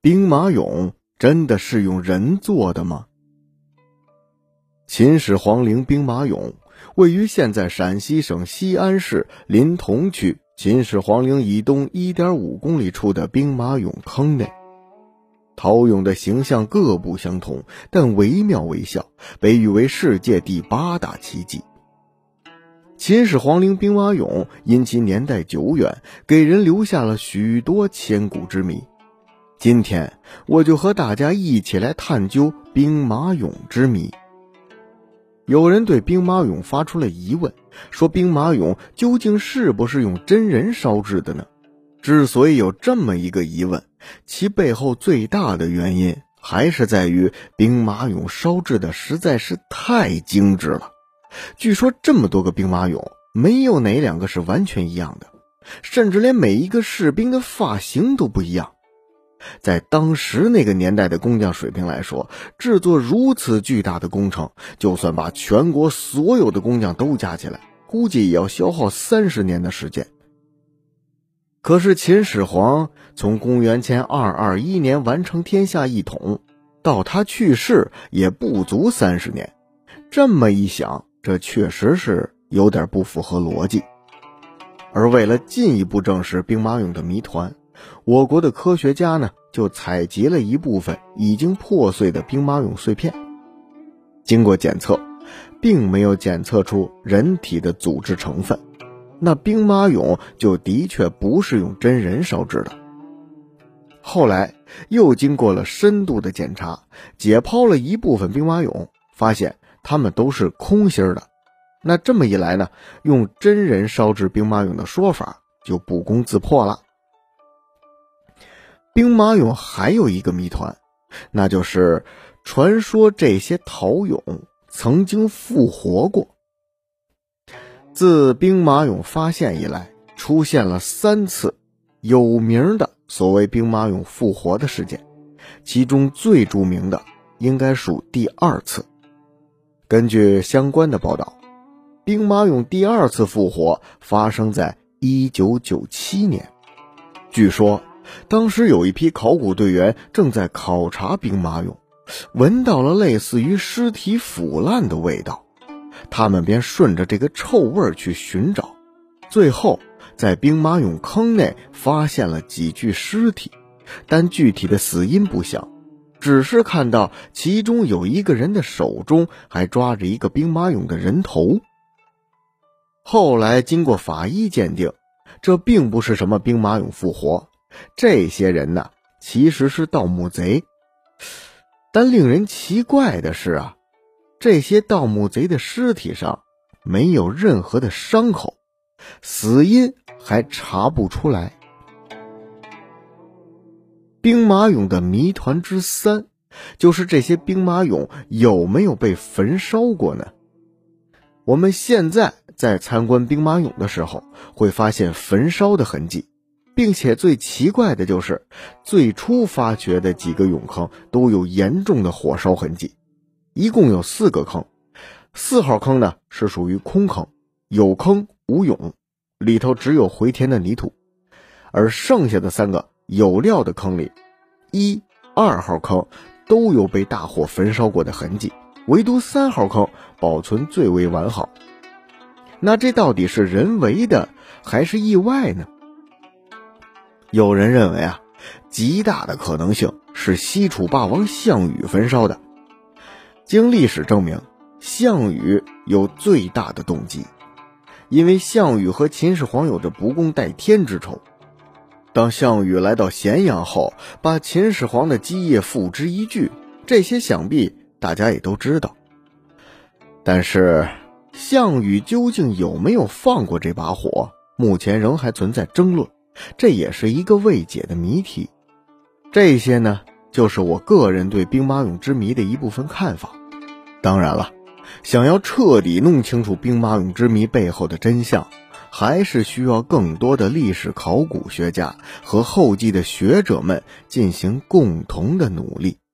兵马俑真的是用人做的吗？秦始皇陵兵马俑位于现在陕西省西安市临潼区秦始皇陵以东 1.5 公里处的兵马俑坑内。陶俑的形象各不相同，但惟妙惟肖，被誉为世界第8大奇迹。秦始皇陵兵马俑因其年代久远，给人留下了许多千古之谜。今天我就和大家一起来探究兵马俑之谜。有人对兵马俑发出了疑问，说兵马俑究竟是不是用真人烧制的呢？之所以有这么一个疑问，其背后最大的原因还是在于兵马俑烧制的实在是太精致了。据说这么多个兵马俑，没有哪两个是完全一样的，甚至连每一个士兵的发型都不一样。在当时那个年代的工匠水平来说，制作如此巨大的工程，就算把全国所有的工匠都加起来，估计也要消耗30年的时间。可是秦始皇从公元前221年完成天下一统，到他去世也不足30年。这么一想，这确实是有点不符合逻辑。而为了进一步证实兵马俑的谜团，我国的科学家呢，就采集了一部分已经破碎的兵马俑碎片。经过检测，并没有检测出人体的组织成分，那兵马俑就的确不是用真人烧制的。后来又经过了深度的检查，解剖了一部分兵马俑，发现它们都是空心的。那这么一来呢，用真人烧制兵马俑的说法就不攻自破了。兵马俑还有一个谜团，那就是传说这些陶俑曾经复活过。自兵马俑发现以来，出现了3次有名的所谓兵马俑复活的事件，其中最著名的应该属第2次。根据相关的报道，兵马俑第2次复活发生在1997年。据说当时有一批考古队员正在考察兵马俑，闻到了类似于尸体腐烂的味道，他们便顺着这个臭味去寻找，最后在兵马俑坑内发现了几具尸体，但具体的死因不详，只是看到其中有一个人的手中还抓着一个兵马俑的人头。后来经过法医鉴定，这并不是什么兵马俑复活，这些人呢，其实是盗墓贼。但令人奇怪的是啊，这些盗墓贼的尸体上没有任何的伤口，死因还查不出来。兵马俑的谜团之3，就是这些兵马俑有没有被焚烧过呢？我们现在在参观兵马俑的时候，会发现焚烧的痕迹，并且最奇怪的就是最初发掘的几个俑坑都有严重的火烧痕迹，一共有4个坑。4号坑呢是属于空坑，有坑无俑，里头只有回填的泥土。而剩下的3个有料的坑里，1、2号坑都有被大火焚烧过的痕迹，唯独3号坑保存最为完好。那这到底是人为的还是意外呢？有人认为啊，极大的可能性是西楚霸王项羽焚烧的。经历史证明，项羽有最大的动机，因为项羽和秦始皇有着不共戴天之仇。当项羽来到咸阳后，把秦始皇的基业付之一炬，这些想必大家也都知道。但是项羽究竟有没有放过这把火，目前仍还存在争论，这也是一个未解的谜题。这些呢，就是我个人对兵马俑之谜的一部分看法。当然了，想要彻底弄清楚兵马俑之谜背后的真相，还是需要更多的历史考古学家和后继的学者们进行共同的努力。